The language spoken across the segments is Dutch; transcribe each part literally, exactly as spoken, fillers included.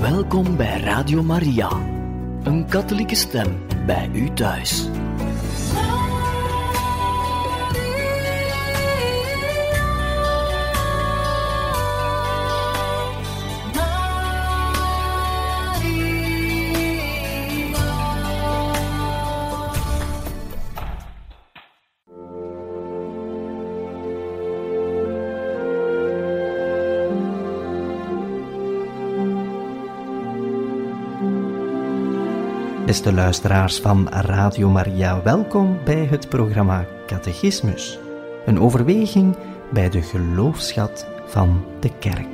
Welkom bij Radio Maria, een katholieke stem bij u thuis. Beste luisteraars van Radio Maria, welkom bij het programma Catechismus. Een overweging bij de geloofsschat van de Kerk.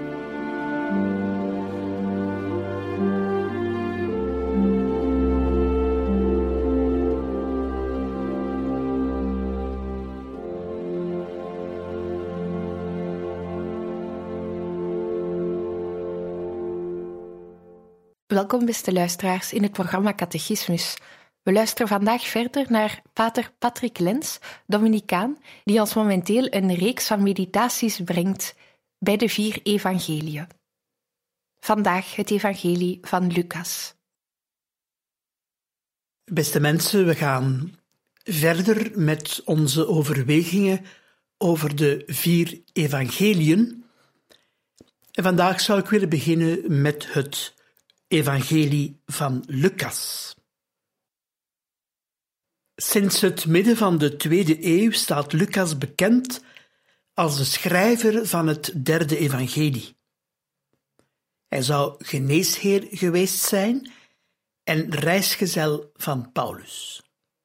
Welkom, beste luisteraars, in het programma Catechismus. We luisteren vandaag verder naar pater Patrick Lens, Dominicaan, die ons momenteel een reeks van meditaties brengt bij de vier evangeliën. Vandaag het evangelie van Lucas. Beste mensen, we gaan verder met onze overwegingen over de vier evangeliën. En vandaag zou ik willen beginnen met het evangelie van Lucas. Sinds het midden van de tweede eeuw staat Lucas bekend als de schrijver van het derde evangelie. Hij zou geneesheer geweest zijn en reisgezel van Paulus.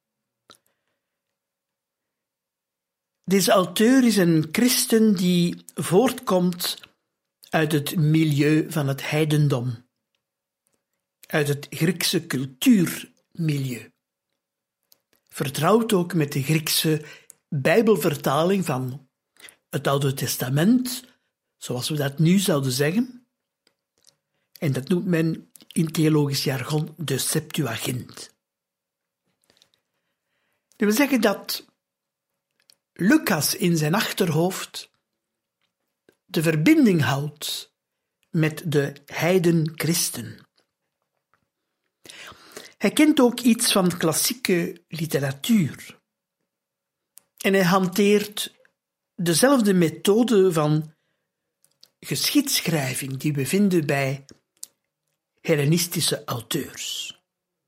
Deze auteur is een christen die voortkomt uit het milieu van het heidendom, uit het Griekse cultuurmilieu. Vertrouwd ook met de Griekse Bijbelvertaling van het Oude Testament, zoals we dat nu zouden zeggen. En dat noemt men in theologisch jargon de Septuagint. Dat wil zeggen dat Lucas in zijn achterhoofd de verbinding houdt met de heidenchristen. Hij kent ook iets van klassieke literatuur. En hij hanteert dezelfde methode van geschiedschrijving die we vinden bij Hellenistische auteurs.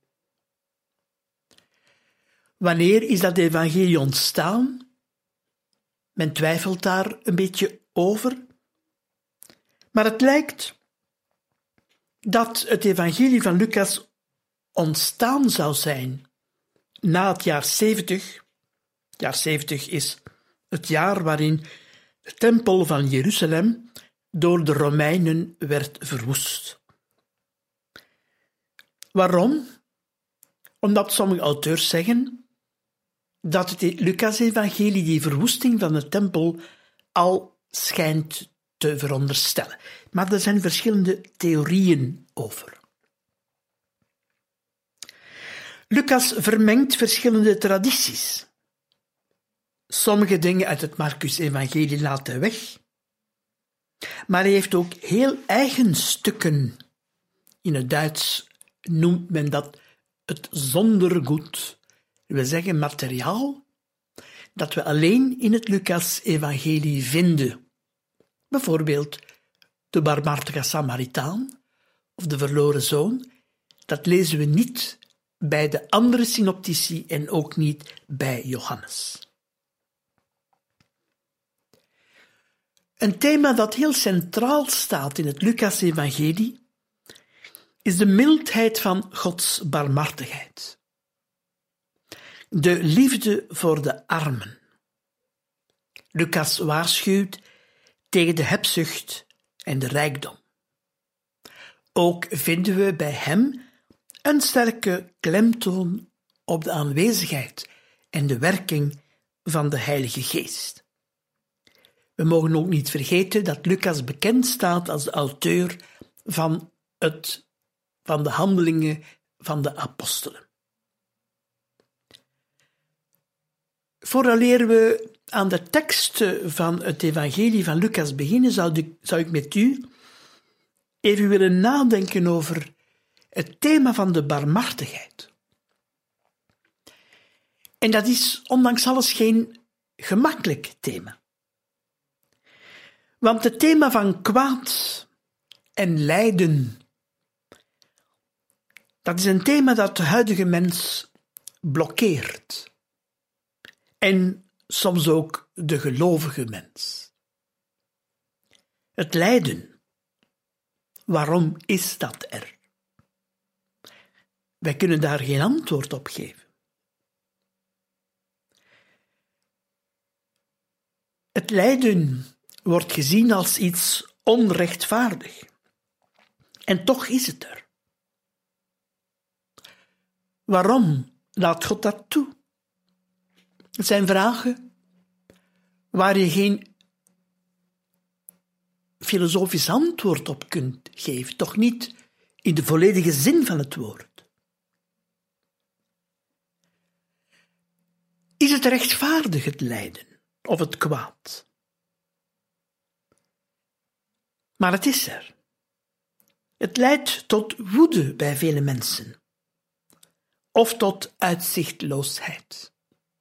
Wanneer is dat evangelie ontstaan? Men twijfelt daar een beetje over. Maar het lijkt dat het evangelie van Lucas ontstaan zou zijn na het jaar zeventig. Het jaar zeventig is het jaar waarin de tempel van Jeruzalem door de Romeinen werd verwoest. Waarom? Omdat sommige auteurs zeggen dat het Lucas-evangelie die verwoesting van de tempel al schijnt te veronderstellen. Maar er zijn verschillende theorieën over. Lucas vermengt verschillende tradities. Sommige dingen uit het Marcus-evangelie laat hij weg, maar hij heeft ook heel eigen stukken. In het Duits noemt men dat het zondergoed, dat wil zeggen materiaal, dat we alleen in het Lucas-evangelie vinden. Bijvoorbeeld de barmhartige Samaritaan of de verloren zoon, dat lezen we niet bij de andere synoptici en ook niet bij Johannes. Een thema dat heel centraal staat in het Lucas-evangelie is de mildheid van Gods barmhartigheid. De liefde voor de armen. Lucas waarschuwt tegen de hebzucht en de rijkdom. Ook vinden we bij hem een sterke klemtoon op de aanwezigheid en de werking van de Heilige Geest. We mogen ook niet vergeten dat Lucas bekend staat als de auteur van, het, van de handelingen van de apostelen. Vooraleer we aan de tekst van het evangelie van Lucas beginnen, zou ik, zou ik met u even willen nadenken over het thema van de barmhartigheid. En dat is ondanks alles geen gemakkelijk thema. Want het thema van kwaad en lijden, dat is een thema dat de huidige mens blokkeert. En soms ook de gelovige mens. Het lijden, waarom is dat er? Wij kunnen daar geen antwoord op geven. Het lijden wordt gezien als iets onrechtvaardig. En toch is het er. Waarom laat God dat toe? Het zijn vragen waar je geen filosofisch antwoord op kunt geven, toch niet in de volledige zin van het woord. Is het rechtvaardig, het lijden, of het kwaad? Maar het is er. Het leidt tot woede bij vele mensen, of tot uitzichtloosheid.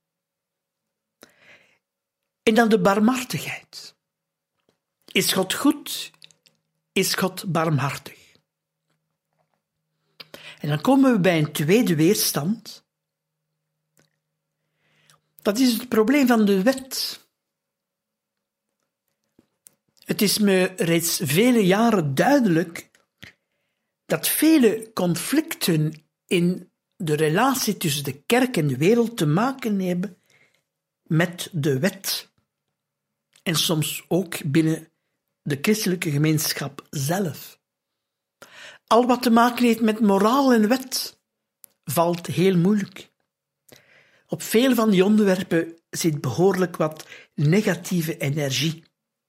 En dan de barmhartigheid. Is God goed? Is God barmhartig? En dan komen we bij een tweede weerstand. Dat is het probleem van de wet. Het is me reeds vele jaren duidelijk dat vele conflicten in de relatie tussen de kerk en de wereld te maken hebben met de wet. En soms ook binnen de christelijke gemeenschap zelf. Al wat te maken heeft met moraal en wet valt heel moeilijk. Op veel van die onderwerpen zit behoorlijk wat negatieve energie.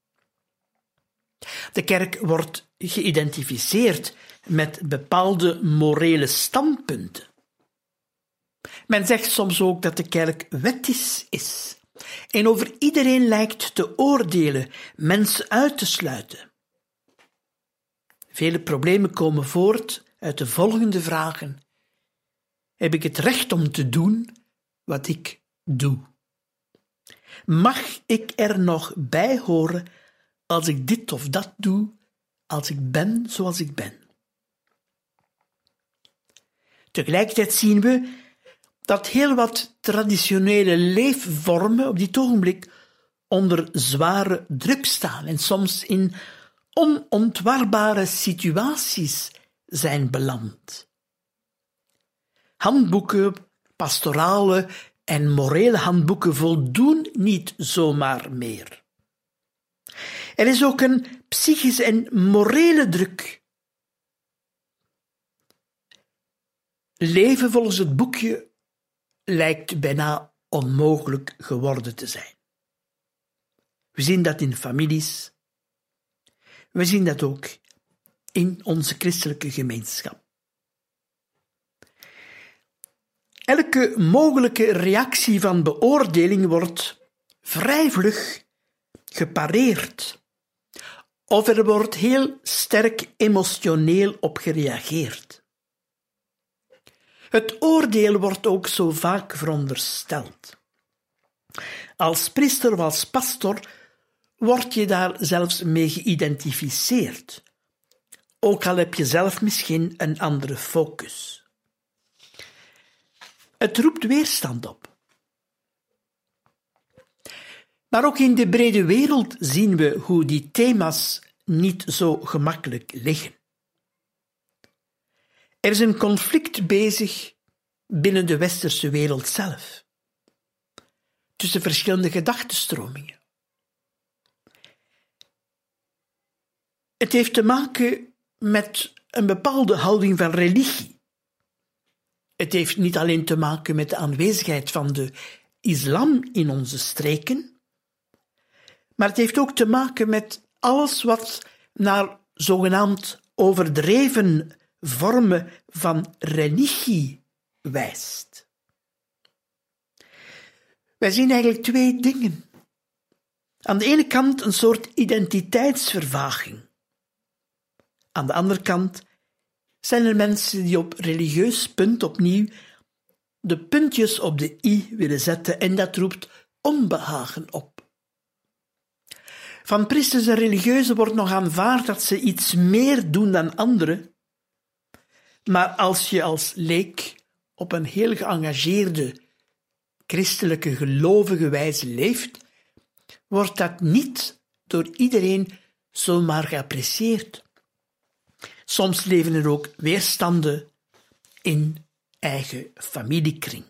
De kerk wordt geïdentificeerd met bepaalde morele standpunten. Men zegt soms ook dat de kerk wettisch is en over iedereen lijkt te oordelen, mensen uit te sluiten. Vele problemen komen voort uit de volgende vragen. Heb ik het recht om te doen wat ik doe? Mag ik er nog bij horen als ik dit of dat doe, als ik ben zoals ik ben? Tegelijkertijd zien we dat heel wat traditionele leefvormen op dit ogenblik onder zware druk staan en soms in onontwarbare situaties zijn beland. Handboeken, pastorale en morele handboeken voldoen niet zomaar meer. Er is ook een psychische en morele druk. Leven volgens het boekje lijkt bijna onmogelijk geworden te zijn. We zien dat in families. We zien dat ook in onze christelijke gemeenschap. Elke mogelijke reactie van beoordeling wordt vrij vlug gepareerd. Of er wordt heel sterk emotioneel op gereageerd. Het oordeel wordt ook zo vaak verondersteld. Als priester of als pastor word je daar zelfs mee geïdentificeerd. Ook al heb je zelf misschien een andere focus. Het roept weerstand op. Maar ook in de brede wereld zien we hoe die thema's niet zo gemakkelijk liggen. Er is een conflict bezig binnen de westerse wereld zelf, tussen verschillende gedachtenstromingen. Het heeft te maken met een bepaalde houding van religie. Het heeft niet alleen te maken met de aanwezigheid van de islam in onze streken, maar het heeft ook te maken met alles wat naar zogenaamd overdreven vormen van religie wijst. Wij zien eigenlijk twee dingen. Aan de ene kant een soort identiteitsvervaging. Aan de andere kant zijn er mensen die op religieus punt opnieuw de puntjes op de i willen zetten en dat roept onbehagen op. Van priesters en religieuzen wordt nog aanvaard dat ze iets meer doen dan anderen, maar als je als leek op een heel geëngageerde, christelijke, gelovige wijze leeft, wordt dat niet door iedereen zomaar geapprecieerd. Soms leven er ook weerstanden in eigen familiekring.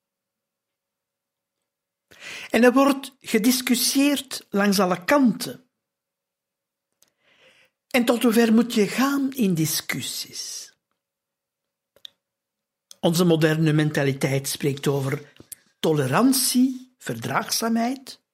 En er wordt gediscussieerd langs alle kanten. En tot hoever moet je gaan in discussies? Onze moderne mentaliteit spreekt over tolerantie, verdraagzaamheid,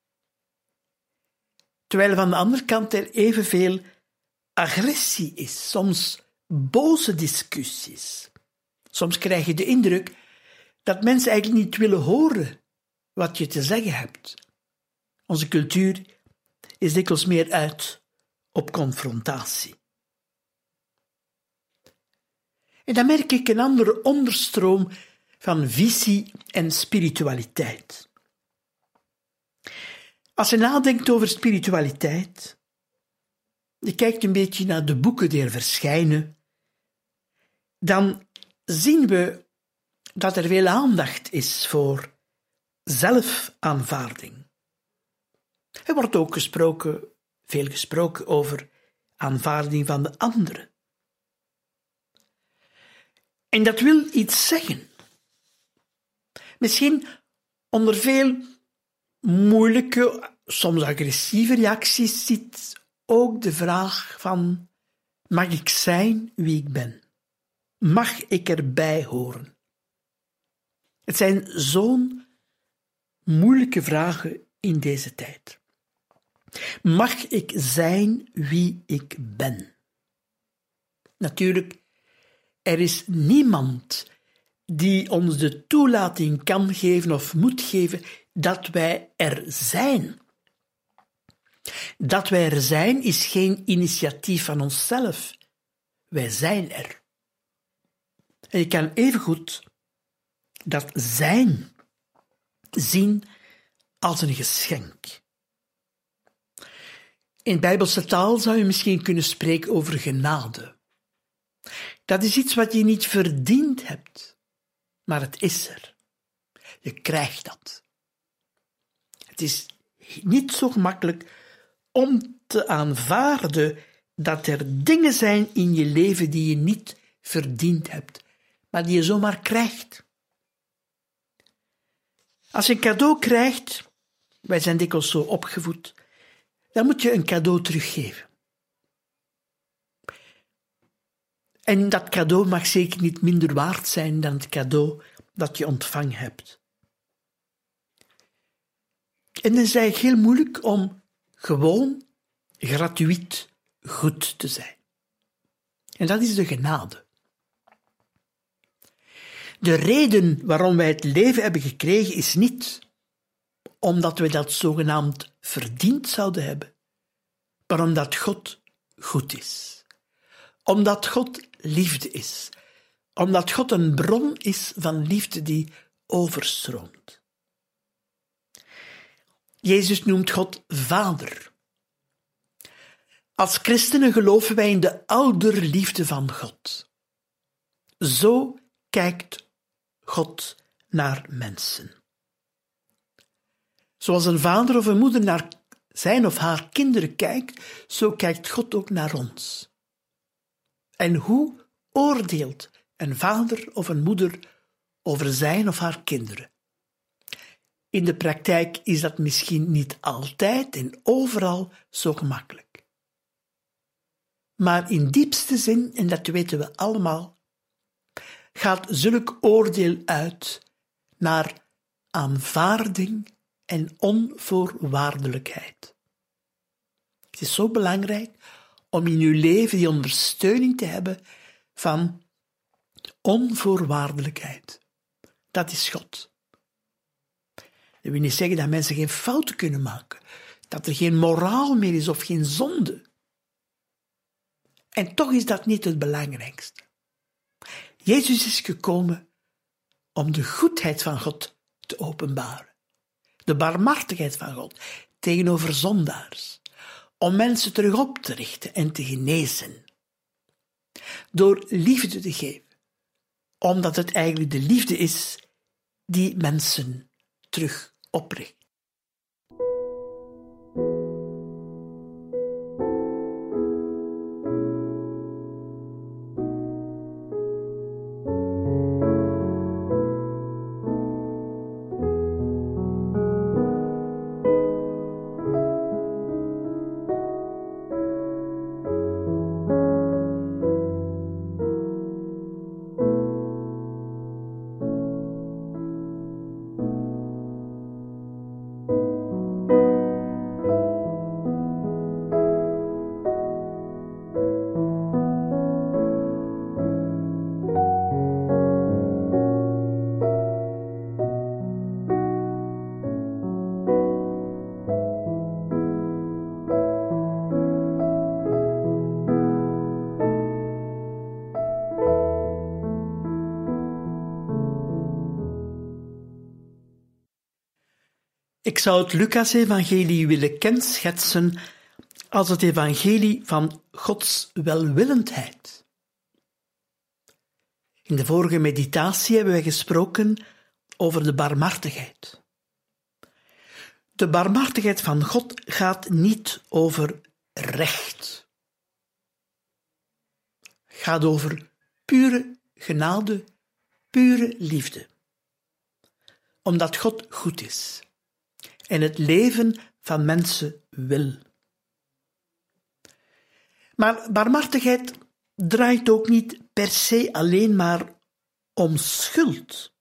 terwijl van de andere kant er evenveel agressie is, soms boze discussies. Soms krijg je de indruk dat mensen eigenlijk niet willen horen wat je te zeggen hebt. Onze cultuur is dikwijls meer uit op confrontatie. En dan merk ik een andere onderstroom van visie en spiritualiteit. Als je nadenkt over spiritualiteit, je kijkt een beetje naar de boeken die er verschijnen, dan zien we dat er veel aandacht is voor zelfaanvaarding. Er wordt ook gesproken, veel gesproken over aanvaarding van de anderen. En dat wil iets zeggen. Misschien onder veel moeilijke, soms agressieve reacties zit ook de vraag van: mag ik zijn wie ik ben? Mag ik erbij horen? Het zijn zo'n moeilijke vragen in deze tijd. Mag ik zijn wie ik ben? Natuurlijk, er is niemand die ons de toelating kan geven of moet geven dat wij er zijn. Dat wij er zijn is geen initiatief van onszelf. Wij zijn er. En je kan evengoed dat zijn zien als een geschenk. In bijbelse taal zou je misschien kunnen spreken over genade. Dat is iets wat je niet verdiend hebt, maar het is er. Je krijgt dat. Het is niet zo gemakkelijk om te aanvaarden dat er dingen zijn in je leven die je niet verdiend hebt, maar die je zomaar krijgt. Als je een cadeau krijgt, wij zijn dikwijls zo opgevoed, dan moet je een cadeau teruggeven. En dat cadeau mag zeker niet minder waard zijn dan het cadeau dat je ontvangen hebt. En dan is het eigenlijk heel moeilijk om gewoon, gratuit, goed te zijn. En dat is de genade. De reden waarom wij het leven hebben gekregen is niet omdat we dat zogenaamd verdiend zouden hebben, maar omdat God goed is. Omdat God liefde is. Omdat God een bron is van liefde die overstroomt. Jezus noemt God Vader. Als christenen geloven wij in de ouderliefde van God. Zo kijkt God naar mensen. Zoals een vader of een moeder naar zijn of haar kinderen kijkt, zo kijkt God ook naar ons. En hoe oordeelt een vader of een moeder over zijn of haar kinderen? In de praktijk is dat misschien niet altijd en overal zo gemakkelijk. Maar in diepste zin, en dat weten we allemaal, gaat zulk oordeel uit naar aanvaarding en onvoorwaardelijkheid. Het is zo belangrijk om in uw leven die ondersteuning te hebben van onvoorwaardelijkheid. Dat is God. Dat wil niet zeggen dat mensen geen fouten kunnen maken, dat er geen moraal meer is of geen zonde. En toch is dat niet het belangrijkste. Jezus is gekomen om de goedheid van God te openbaren. De barmhartigheid van God tegenover zondaars. Om mensen terug op te richten en te genezen. Door liefde te geven. Omdat het eigenlijk de liefde is die mensen terug opricht. Ik zou het Lucas-evangelie willen kenschetsen als het evangelie van Gods welwillendheid. In de vorige meditatie hebben wij gesproken over de barmhartigheid. De barmhartigheid van God gaat niet over recht. Het gaat over pure genade, pure liefde. Omdat God goed is en het leven van mensen wil. Maar barmhartigheid draait ook niet per se alleen maar om schuld.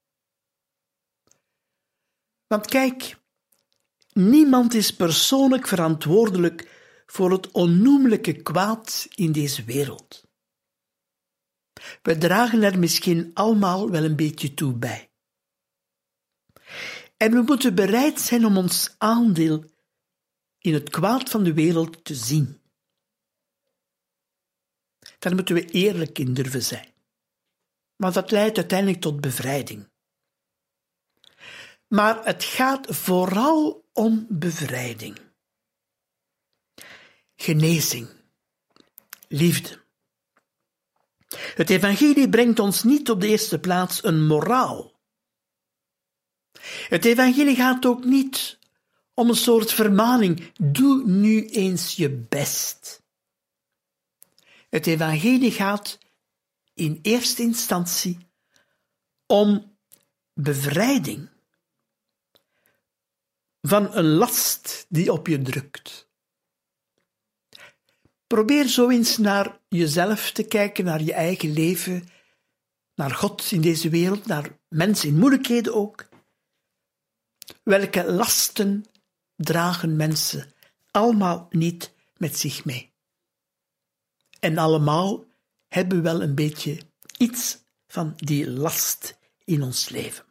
Want kijk, niemand is persoonlijk verantwoordelijk voor het onnoemelijke kwaad in deze wereld. We dragen er misschien allemaal wel een beetje toe bij. En we moeten bereid zijn om ons aandeel in het kwaad van de wereld te zien. Daar moeten we eerlijk in durven zijn. Want dat leidt uiteindelijk tot bevrijding. Maar het gaat vooral om bevrijding. Genezing. Liefde. Het evangelie brengt ons niet op de eerste plaats een moraal. Het evangelie gaat ook niet om een soort vermaning. Doe nu eens je best. Het evangelie gaat in eerste instantie om bevrijding van een last die op je drukt. Probeer zo eens naar jezelf te kijken, naar je eigen leven, naar God in deze wereld, naar mensen in moeilijkheden ook. Welke lasten dragen mensen allemaal niet met zich mee? En allemaal hebben we wel een beetje iets van die last in ons leven.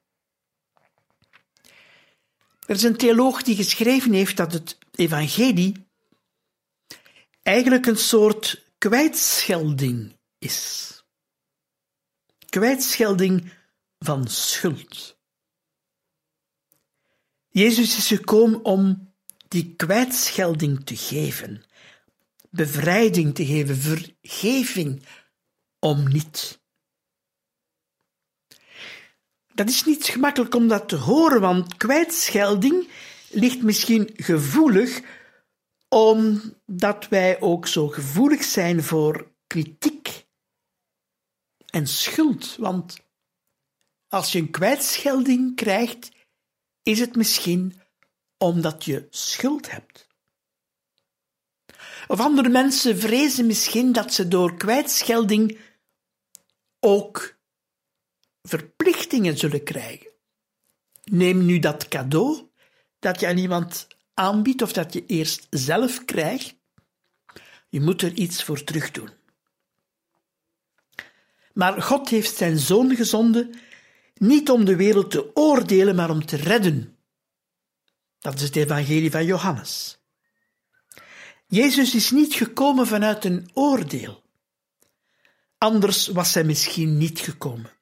Er is een theoloog die geschreven heeft dat het evangelie eigenlijk een soort kwijtschelding is. Kwijtschelding van schuld. Jezus is gekomen om die kwijtschelding te geven, bevrijding te geven, vergeving om niet. Dat is niet gemakkelijk om dat te horen, want kwijtschelding ligt misschien gevoelig, omdat wij ook zo gevoelig zijn voor kritiek en schuld. Want als je een kwijtschelding krijgt, is het misschien omdat je schuld hebt. Of andere mensen vrezen misschien dat ze door kwijtschelding ook verplichtingen zullen krijgen. Neem nu dat cadeau dat je aan iemand aanbiedt of dat je eerst zelf krijgt. Je moet er iets voor terugdoen. Maar God heeft zijn Zoon gezonden, niet om de wereld te oordelen, maar om te redden. Dat is het evangelie van Johannes. Jezus is niet gekomen vanuit een oordeel. Anders was hij misschien niet gekomen.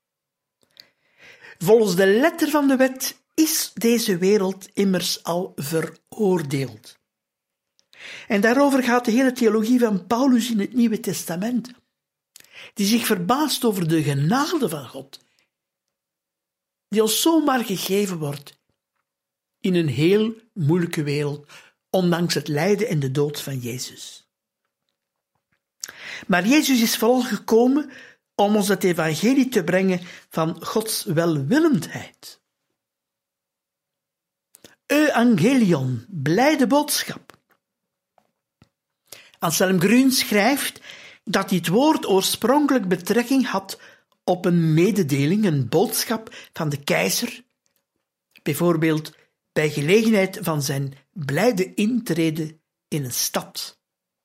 Volgens de letter van de wet is deze wereld immers al veroordeeld. En daarover gaat de hele theologie van Paulus in het Nieuwe Testament, die zich verbaast over de genade van God, die ons zomaar gegeven wordt in een heel moeilijke wereld, ondanks het lijden en de dood van Jezus. Maar Jezus is vooral gekomen om ons het evangelie te brengen van Gods welwillendheid. Evangelion, blijde boodschap. Anselm Grün schrijft dat dit woord oorspronkelijk betrekking had op een mededeling, een boodschap van de keizer, bijvoorbeeld bij gelegenheid van zijn blijde intrede in een stad.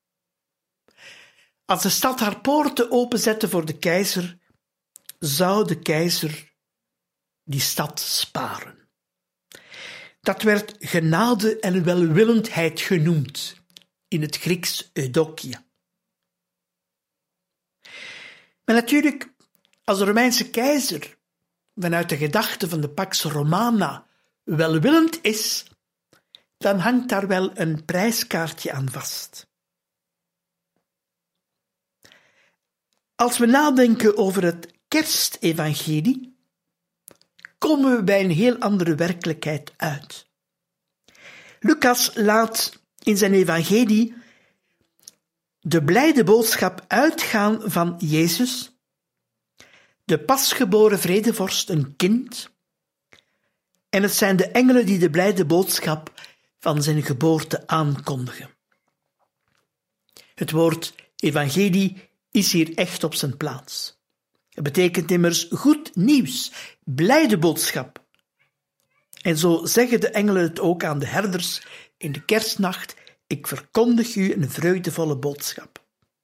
Als de stad haar poorten openzette voor de keizer, zou de keizer die stad sparen. Dat werd genade en welwillendheid genoemd, in het Grieks eudokia. Maar natuurlijk, als de Romeinse keizer vanuit de gedachte van de Pax Romana welwillend is, dan hangt daar wel een prijskaartje aan vast. Als we nadenken over het kerstevangelie, komen we bij een heel andere werkelijkheid uit. Lucas laat in zijn evangelie de blijde boodschap uitgaan van Jezus, de pasgeboren vredevorst, een kind, en het zijn de engelen die de blijde boodschap van zijn geboorte aankondigen. Het woord evangelie is hier echt op zijn plaats. Het betekent immers goed nieuws, blijde boodschap. En zo zeggen de engelen het ook aan de herders in de kerstnacht: ik verkondig u een vreugdevolle boodschap.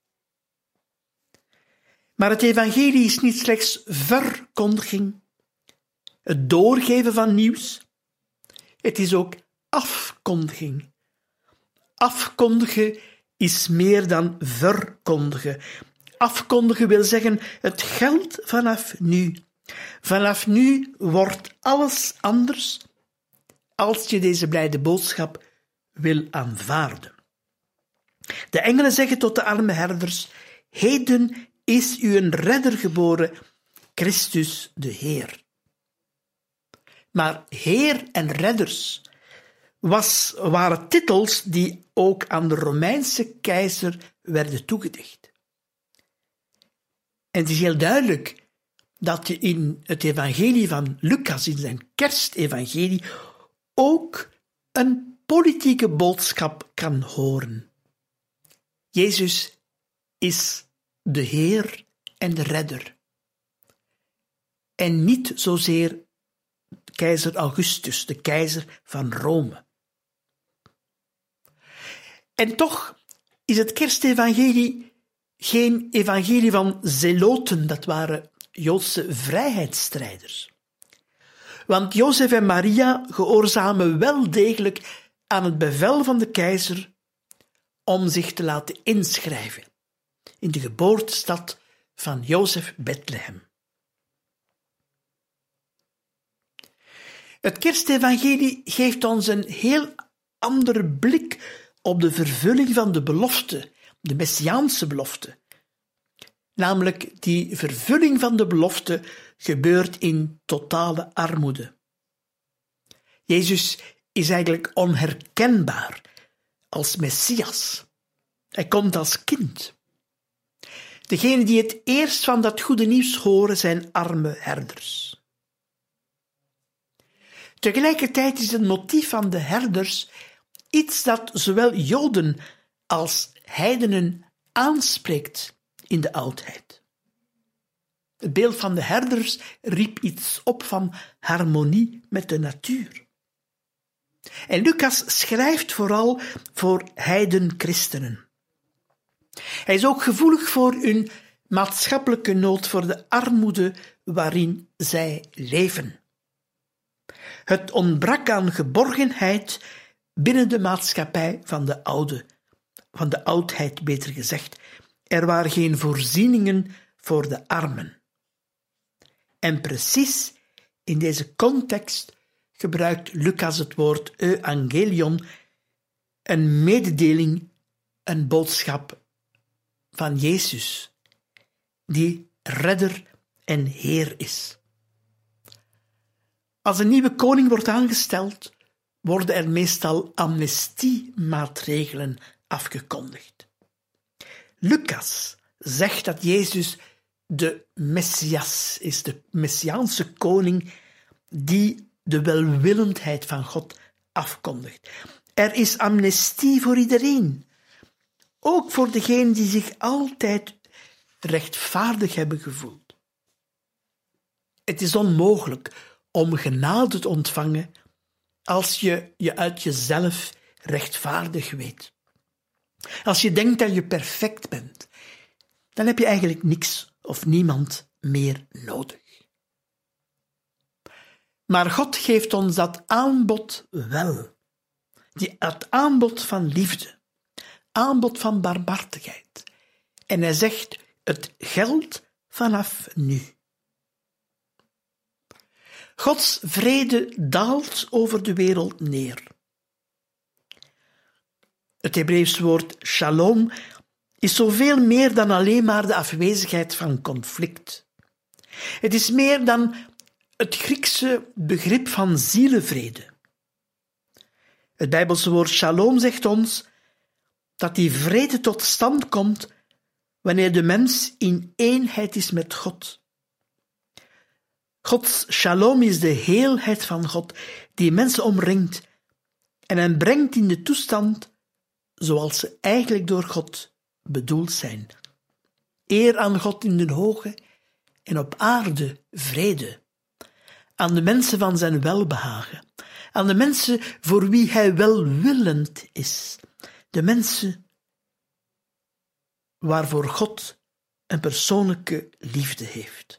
Maar het evangelie is niet slechts verkondiging, het doorgeven van nieuws. Het is ook afkondiging. Afkondigen is meer dan verkondigen. Afkondigen wil zeggen, het geldt vanaf nu. Vanaf nu wordt alles anders als je deze blijde boodschap wil aanvaarden. De engelen zeggen tot de arme herders: heden is u een redder geboren, Christus de Heer. Maar Heer en redders was, waren titels die ook aan de Romeinse keizer werden toegedicht. En het is heel duidelijk dat je in het evangelie van Lucas, in zijn kerstevangelie, ook een politieke boodschap kan horen. Jezus is de Heer en de Redder. En niet zozeer keizer Augustus, de keizer van Rome. En toch is het kerstevangelie geen evangelie van zeloten, dat waren Joodse vrijheidsstrijders. Want Jozef en Maria gehoorzamen wel degelijk aan het bevel van de keizer om zich te laten inschrijven in de geboortestad van Jozef, Bethlehem. Het kerstevangelie geeft ons een heel andere blik op de vervulling van de belofte, de messiaanse belofte. Namelijk, die vervulling van de belofte gebeurt in totale armoede. Jezus is eigenlijk onherkenbaar als Messias. Hij komt als kind. Degenen die het eerst van dat goede nieuws horen zijn arme herders. Tegelijkertijd is het motief van de herders iets dat zowel Joden als heidenen aanspreekt in de oudheid. Het beeld van de herders riep iets op van harmonie met de natuur. En Lucas schrijft vooral voor heidenchristenen. Hij is ook gevoelig voor hun maatschappelijke nood, voor de armoede waarin zij leven. Het ontbrak aan geborgenheid binnen de maatschappij van de oude van de oudheid, beter gezegd. Er waren geen voorzieningen voor de armen. En precies in deze context gebruikt Lucas het woord euangelion, een mededeling, een boodschap van Jezus, die redder en Heer is. Als een nieuwe koning wordt aangesteld, worden er meestal amnestiemaatregelen afgekondigd. Lucas zegt dat Jezus de Messias is, de Messiaanse koning die de welwillendheid van God afkondigt. Er is amnestie voor iedereen, ook voor degenen die zich altijd rechtvaardig hebben gevoeld. Het is onmogelijk om genade te ontvangen als je je uit jezelf rechtvaardig weet. Als je denkt dat je perfect bent, dan heb je eigenlijk niks of niemand meer nodig. Maar God geeft ons dat aanbod wel. Die, het aanbod van liefde, aanbod van barmhartigheid. En hij zegt, het geldt vanaf nu. Gods vrede daalt over de wereld neer. Het Hebreeuws woord shalom is zoveel meer dan alleen maar de afwezigheid van conflict. Het is meer dan het Griekse begrip van zielevrede. Het Bijbelse woord shalom zegt ons dat die vrede tot stand komt wanneer de mens in eenheid is met God. Gods shalom is de heelheid van God die mensen omringt en hen brengt in de toestand zoals ze eigenlijk door God bedoeld zijn. Eer aan God in de hoge en op aarde vrede. Aan de mensen van zijn welbehagen. Aan de mensen voor wie hij welwillend is. De mensen waarvoor God een persoonlijke liefde heeft.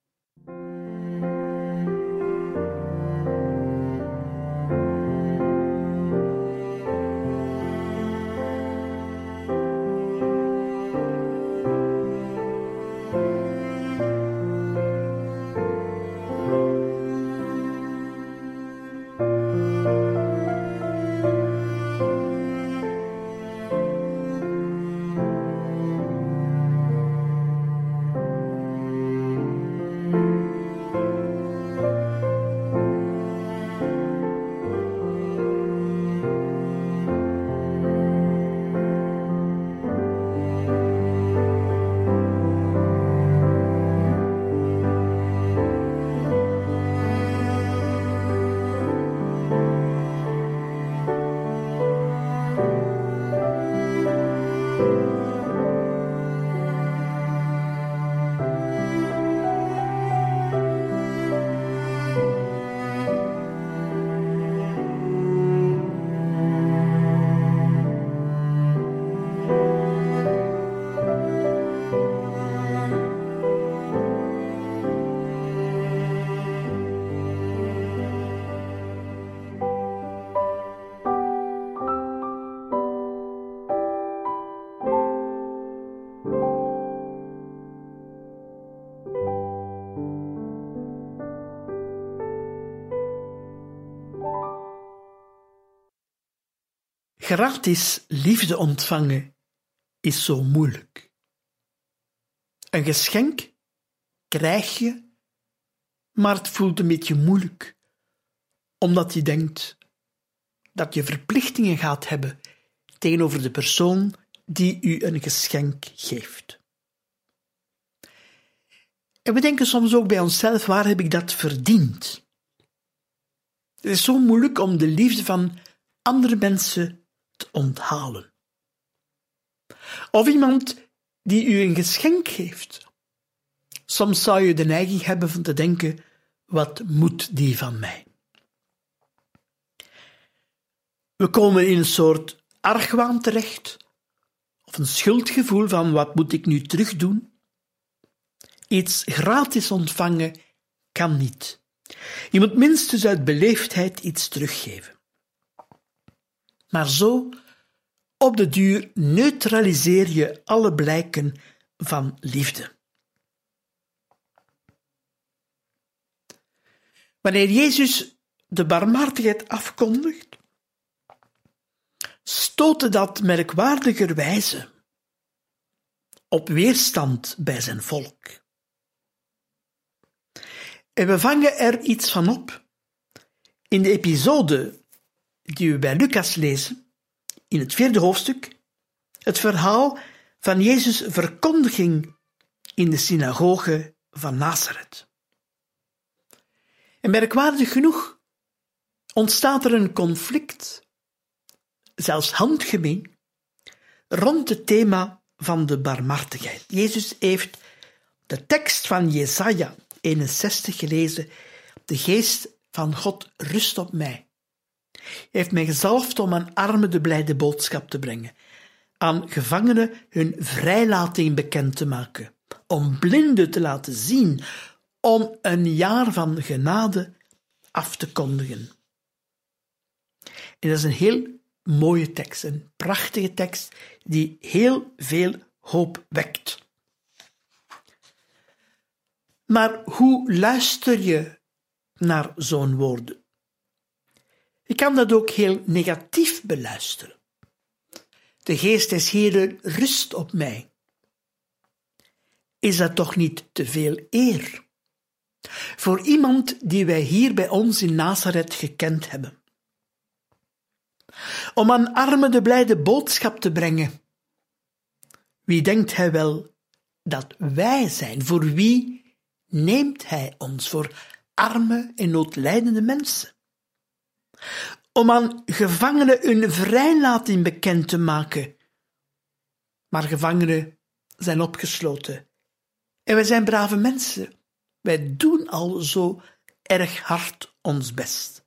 Gratis liefde ontvangen is zo moeilijk. Een geschenk krijg je, maar het voelt een beetje moeilijk, omdat je denkt dat je verplichtingen gaat hebben tegenover de persoon die u een geschenk geeft. En we denken soms ook bij onszelf, waar heb ik dat verdiend? Het is zo moeilijk om de liefde van andere mensen te onthalen. Of iemand die u een geschenk geeft. Soms zou je de neiging hebben van te denken, wat moet die van mij? We komen in een soort argwaan terecht, of een schuldgevoel van wat moet ik nu terugdoen? Iets gratis ontvangen kan niet. Je moet minstens uit beleefdheid iets teruggeven. Maar zo op de duur neutraliseer je alle blijken van liefde. Wanneer Jezus de barmhartigheid afkondigt, stootte dat merkwaardigerwijze op weerstand bij zijn volk. En we vangen er iets van op in de episode die we bij Lucas lezen, in het vierde hoofdstuk, het verhaal van Jezus' verkondiging in de synagoge van Nazareth. En merkwaardig genoeg ontstaat er een conflict, zelfs handgemeen, rond het thema van de barmhartigheid. Jezus heeft de tekst van Jesaja eenenzestig gelezen. De geest van God rust op mij. Hij heeft mij gezalfd om aan armen de blijde boodschap te brengen, aan gevangenen hun vrijlating bekend te maken, om blinden te laten zien, om een jaar van genade af te kondigen. En dat is een heel mooie tekst, een prachtige tekst die heel veel hoop wekt. Maar hoe luister je naar zo'n woorden? Je kan dat ook heel negatief beluisteren. De geest des Heeren rust op mij. Is dat toch niet te veel eer? Voor iemand die wij hier bij ons in Nazareth gekend hebben. Om aan armen de blijde boodschap te brengen. Wie denkt hij wel dat wij zijn? Voor wie neemt hij ons? Voor arme en noodlijdende mensen. Om aan gevangenen hun vrijlating bekend te maken. Maar gevangenen zijn opgesloten. En wij zijn brave mensen. Wij doen al zo erg hard ons best.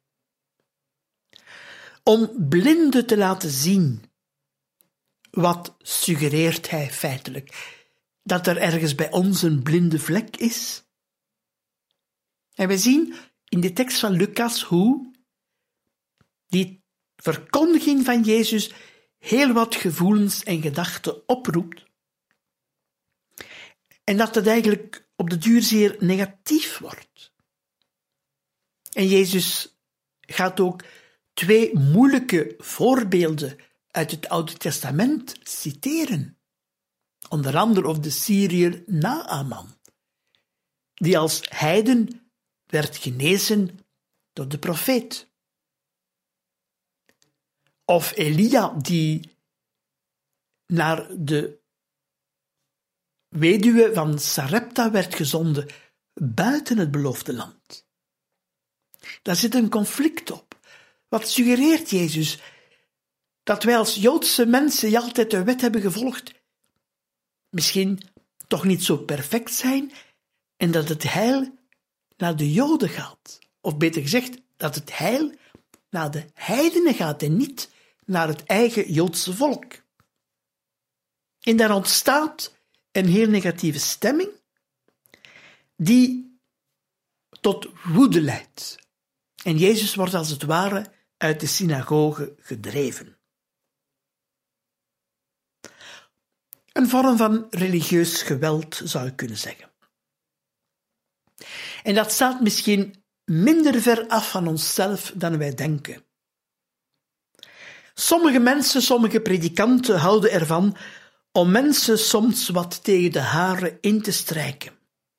Om blinden te laten zien. Wat suggereert hij feitelijk? Dat er ergens bij ons een blinde vlek is? En we zien in de tekst van Lucas hoe die verkondiging van Jezus heel wat gevoelens en gedachten oproept. En dat het eigenlijk op de duur zeer negatief wordt. En Jezus gaat ook twee moeilijke voorbeelden uit het Oude Testament citeren. Onder andere over de Syriër Naaman, die als heiden werd genezen door de profeet. Of Elia, die naar de weduwe van Sarepta werd gezonden, buiten het beloofde land. Daar zit een conflict op. Wat suggereert Jezus? Dat wij als Joodse mensen die altijd de wet hebben gevolgd, misschien toch niet zo perfect zijn, en dat het heil naar de Joden gaat. Of beter gezegd, dat het heil naar de heidenen gaat en niet naar het eigen Joodse volk. En daar ontstaat een heel negatieve stemming die tot woede leidt. En Jezus wordt als het ware uit de synagoge gedreven. Een vorm van religieus geweld, zou je kunnen zeggen. En dat staat misschien minder ver af van onszelf dan wij denken. Sommige mensen, sommige predikanten houden ervan om mensen soms wat tegen de haren in te strijken.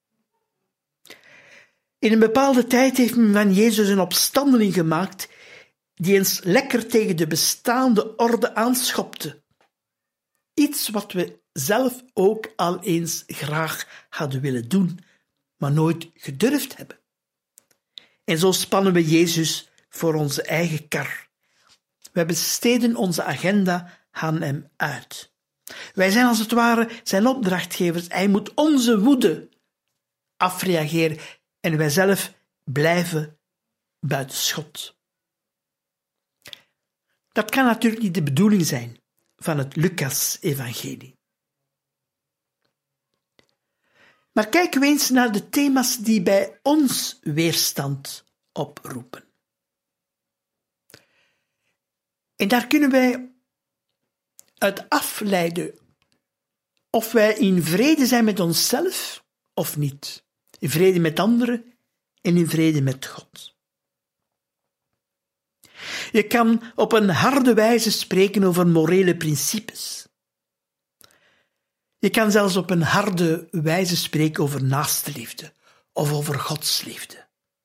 In een bepaalde tijd heeft men van Jezus een opstandeling gemaakt die eens lekker tegen de bestaande orde aanschopte. Iets wat we zelf ook al eens graag hadden willen doen, maar nooit gedurfd hebben. En zo spannen we Jezus voor onze eigen kar. Wij besteden onze agenda aan hem uit. Wij zijn als het ware zijn opdrachtgevers. Hij moet onze woede afreageren en wij zelf blijven buiten schot. Dat kan natuurlijk niet de bedoeling zijn van het Lucas-evangelie. Maar kijken we eens naar de thema's die bij ons weerstand oproepen. En daar kunnen wij uit afleiden of wij in vrede zijn met onszelf of niet. In vrede met anderen en in vrede met God. Je kan op een harde wijze spreken over morele principes. Je kan zelfs op een harde wijze spreken over naastenliefde of over godsliefde.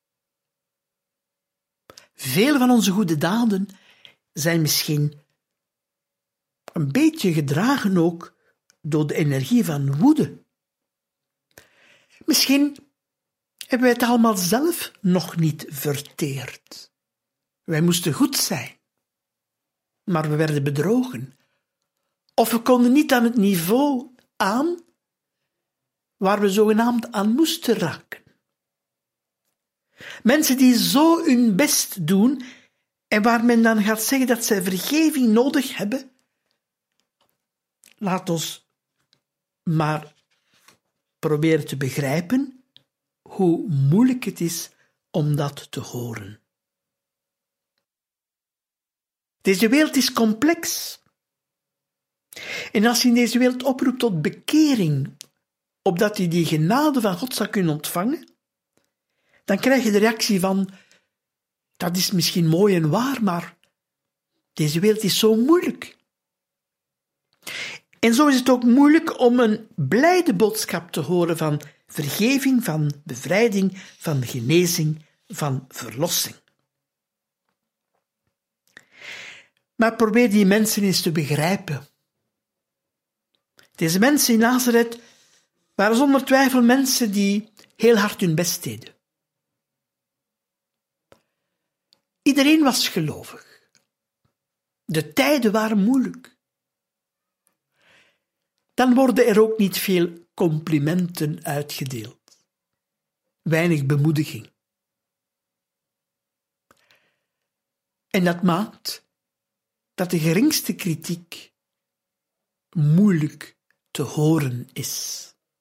Veel van onze goede daden zijn misschien een beetje gedragen ook door de energie van woede. Misschien hebben wij het allemaal zelf nog niet verteerd. Wij moesten goed zijn, maar we werden bedrogen. Of we konden niet aan het niveau aan waar we zogenaamd aan moesten raken. Mensen die zo hun best doen en waar men dan gaat zeggen dat zij vergeving nodig hebben, laat ons maar proberen te begrijpen hoe moeilijk het is om dat te horen. Deze wereld is complex. En als je in deze wereld oproept tot bekering, opdat je die genade van God zou kunnen ontvangen, dan krijg je de reactie van, dat is misschien mooi en waar, maar deze wereld is zo moeilijk. En zo is het ook moeilijk om een blijde boodschap te horen van vergeving, van bevrijding, van genezing, van verlossing. Maar probeer die mensen eens te begrijpen. Deze mensen in Nazareth waren zonder twijfel mensen die heel hard hun best deden. Iedereen was gelovig. De tijden waren moeilijk. Dan worden er ook niet veel complimenten uitgedeeld. Weinig bemoediging. En dat maakt dat de geringste kritiek moeilijk te horen is.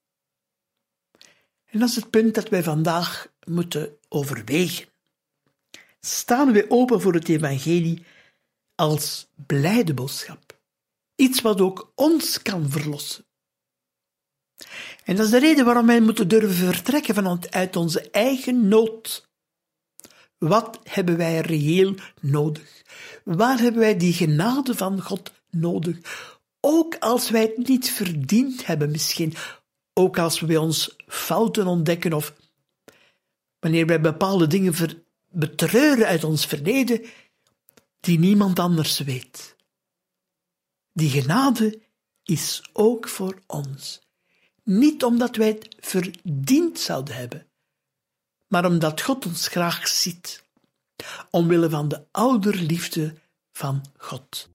En dat is het punt dat wij vandaag moeten overwegen. Staan we open voor het evangelie als blijde boodschap? Iets wat ook ons kan verlossen. En dat is de reden waarom wij moeten durven vertrekken vanuit onze eigen nood. Wat hebben wij reëel nodig? Waar hebben wij die genade van God nodig? Ook als wij het niet verdiend hebben misschien. Ook als we bij ons fouten ontdekken of wanneer wij bepaalde dingen ver- betreuren uit ons verleden die niemand anders weet. Die genade is ook voor ons. Niet omdat wij het verdiend zouden hebben, maar omdat God ons graag ziet, omwille van de ouderliefde van God.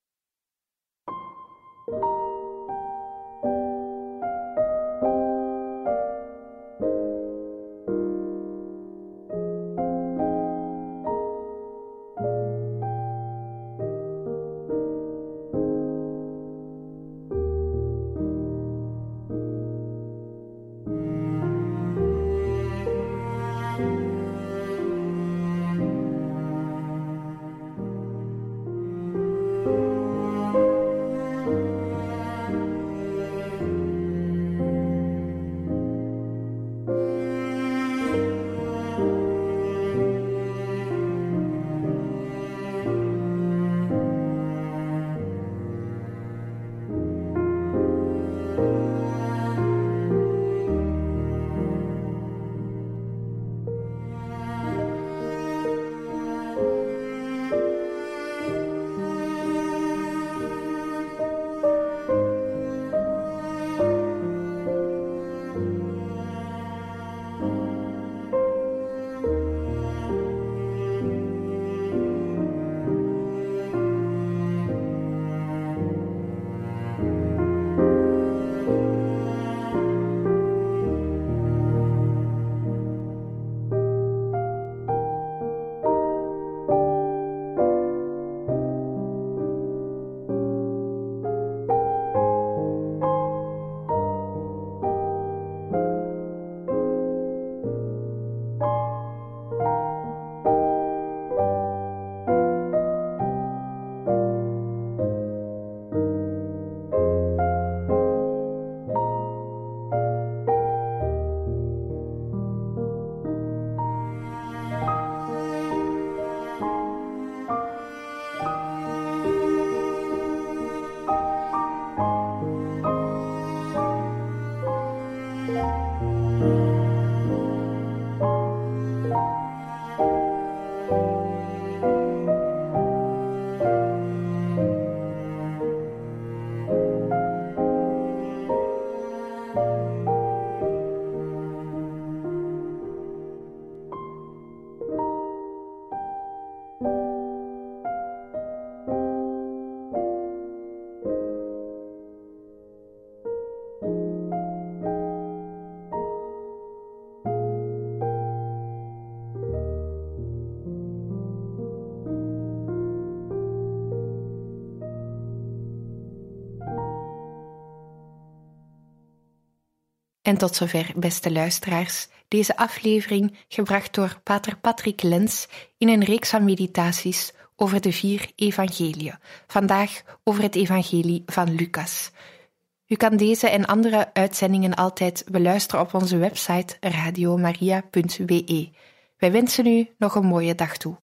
En tot zover, beste luisteraars, deze aflevering gebracht door pater Patrick Lens in een reeks van meditaties over de vier evangeliën. Vandaag over het evangelie van Lucas. U kan deze en andere uitzendingen altijd beluisteren op onze website radiomaria punt be. Wij wensen u nog een mooie dag toe.